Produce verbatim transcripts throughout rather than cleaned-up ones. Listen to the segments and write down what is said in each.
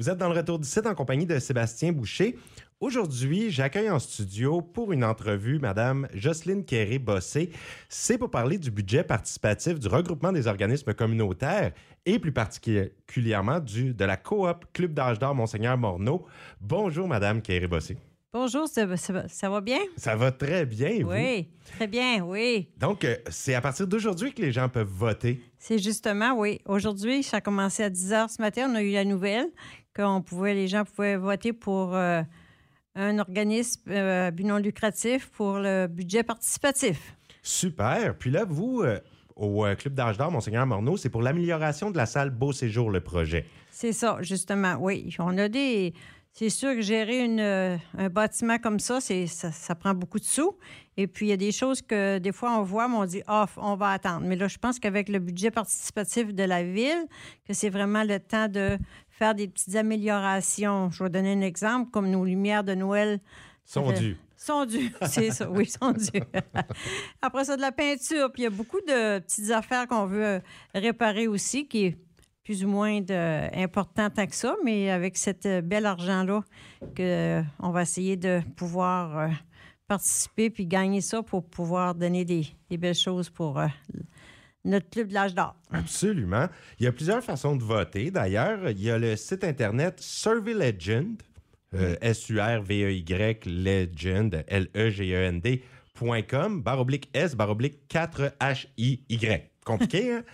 Vous êtes dans le retour du site en compagnie de Sébastien Boucher. Aujourd'hui, j'accueille en studio pour une entrevue Madame Jocelyne Quéré-Bossé. C'est pour parler du budget participatif du regroupement des organismes communautaires et plus particulièrement du, de la coop Club d'âge d'or Monseigneur Morneau. Bonjour Madame Quéré-Bossé. Bonjour, ça, ça, ça va bien? Ça va très bien, et vous? Oui, très bien, oui. Donc, euh, c'est à partir d'aujourd'hui que les gens peuvent voter? C'est justement, oui. Aujourd'hui, ça a commencé à dix heures ce matin. On a eu la nouvelle qu'on pouvait, les gens pouvaient voter pour euh, un organisme euh, à but non lucratif pour le budget participatif. Super. Puis là, vous, euh, au euh, Club d'âge d'or Monseigneur Morneau, c'est pour l'amélioration de la salle Beau Séjour, le projet. C'est ça, justement, oui. On a des... C'est sûr que gérer une, euh, un bâtiment comme ça, c'est, ça, ça prend beaucoup de sous. Et puis, il y a des choses que des fois, on voit, mais on dit « Ah, on va attendre ». Mais là, je pense qu'avec le budget participatif de la Ville, que c'est vraiment le temps de faire des petites améliorations. Je vais donner un exemple, comme nos lumières de Noël. Sont dues. Sont dues, c'est ça, oui, sont dues. Après ça, de la peinture. Puis, il y a beaucoup de petites affaires qu'on veut réparer aussi, qui est plus ou moins de, important tant que ça, mais avec cet bel argent-là, que, on va essayer de pouvoir euh, participer puis gagner ça pour pouvoir donner des, des belles choses pour euh, notre club de l'âge d'or. Absolument. Il y a plusieurs façons de voter. D'ailleurs, il y a le site Internet Survey Legend, euh, S U R V E Y, Legend, L E G E N D, point com, barre oblique S, barre oblique quatre H I Y. Compliqué, hein?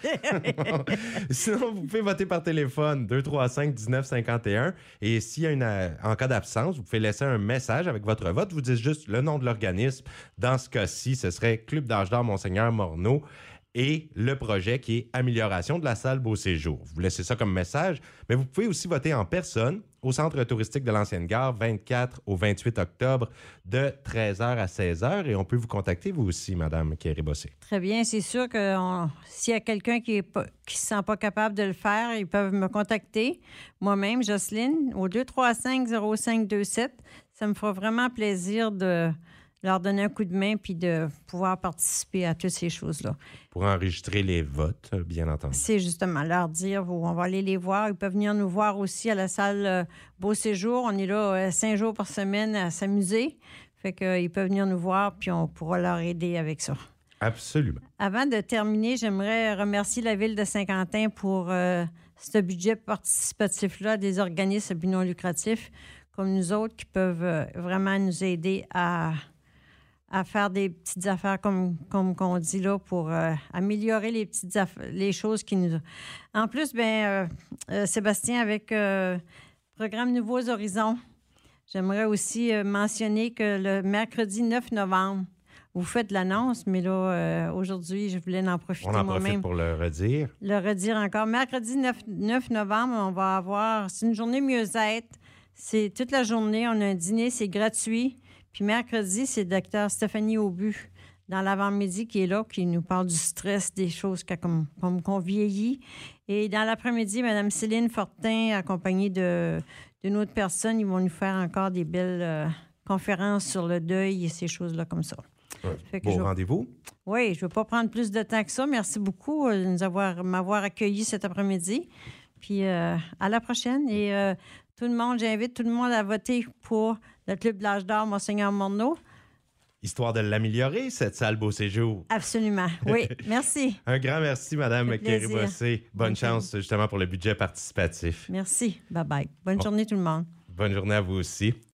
Sinon, vous pouvez voter par téléphone deux trois cinq dix-neuf cinquante et un. Et s'il y a une, en cas d'absence, vous pouvez laisser un message avec votre vote. Vous dites juste le nom de l'organisme. Dans ce cas-ci, ce serait Club d'âge d'or Monseigneur Morneau et le projet qui est Amélioration de la salle Beau Séjour. Vous laissez ça comme message, mais vous pouvez aussi voter en personne au Centre touristique de l'Ancienne Gare, vingt-quatre au vingt-huit octobre, de treize heures à seize heures. Et on peut vous contacter, vous aussi, Mme Quéré-Bossé. Très bien. C'est sûr que on, s'il y a quelqu'un qui ne se sent pas capable de le faire, ils peuvent me contacter. Moi-même, Jocelyne, au deux trois cinq zéro cinq deux sept. Ça me fera vraiment plaisir de leur donner un coup de main puis de pouvoir participer à toutes ces choses-là. Pour enregistrer les votes, bien entendu. C'est justement leur dire, on va aller les voir. Ils peuvent venir nous voir aussi à la salle euh, Beau Séjour. On est là euh, cinq jours par semaine à s'amuser. Fait qu'ils euh, peuvent venir nous voir puis on pourra leur aider avec ça. Absolument. Avant de terminer, j'aimerais remercier la Ville de Saint-Quentin pour euh, ce budget participatif-là des organismes à but non lucratif comme nous autres qui peuvent euh, vraiment nous aider à... à faire des petites affaires, comme, comme qu'on dit là, pour euh, améliorer les petites affaires, les choses qui nous... En plus, bien, euh, euh, Sébastien, avec euh, le programme Nouveaux Horizons, j'aimerais aussi euh, mentionner que le mercredi neuf novembre, vous faites l'annonce, mais là, euh, aujourd'hui, je voulais en profiter moi-même. On en profite pour le redire. Le redire encore. Mercredi neuf novembre, on va avoir... C'est une journée mieux-être. C'est toute la journée. On a un dîner, c'est gratuit. Puis mercredi, c'est le docteur Stéphanie Aubu, dans l'avant-midi, qui est là, qui nous parle du stress, des choses comme, comme qu'on vieillit. Et dans l'après-midi, Mme Céline Fortin, accompagnée de, d'une autre personne, ils vont nous faire encore des belles euh, conférences sur le deuil et ces choses-là comme ça. Ouais. Bon je... rendez-vous? Oui, je ne veux pas prendre plus de temps que ça. Merci beaucoup de nous avoir, m'avoir accueilli cet après-midi. Puis euh, à la prochaine. Et euh, tout le monde, j'invite tout le monde à voter pour le Club de l'âge d'or Monseigneur Morneau. Histoire de l'améliorer, cette salle Beau Séjour. Absolument. Oui, merci. Un grand merci, Mme Quéré-Bossé. Bonne okay. chance, justement, pour le budget participatif. Merci. Bye-bye. Bonne bon. journée, tout le monde. Bonne journée à vous aussi.